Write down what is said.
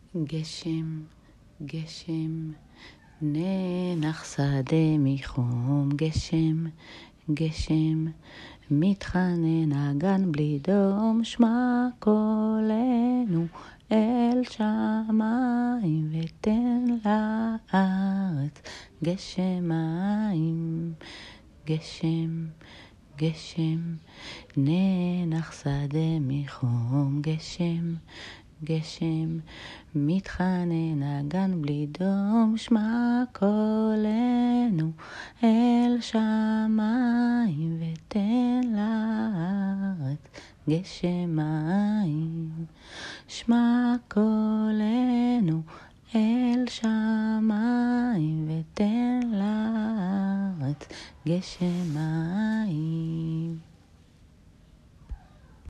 גשם, גשם, ננח שדה מחום. גשם, גשם, מתחנן הגן בלי דום. שמע קולנו אל שמיים ותן לארץ גשם מים. גשם, גשם, ננח שדה מחום. גשם, גשם, מתחנן הגן בלי דום. שמע קולנו אל שמיים ותן לארץ גשם מים. שמע קולנו אל שמיים ותן לארץ גשם מים.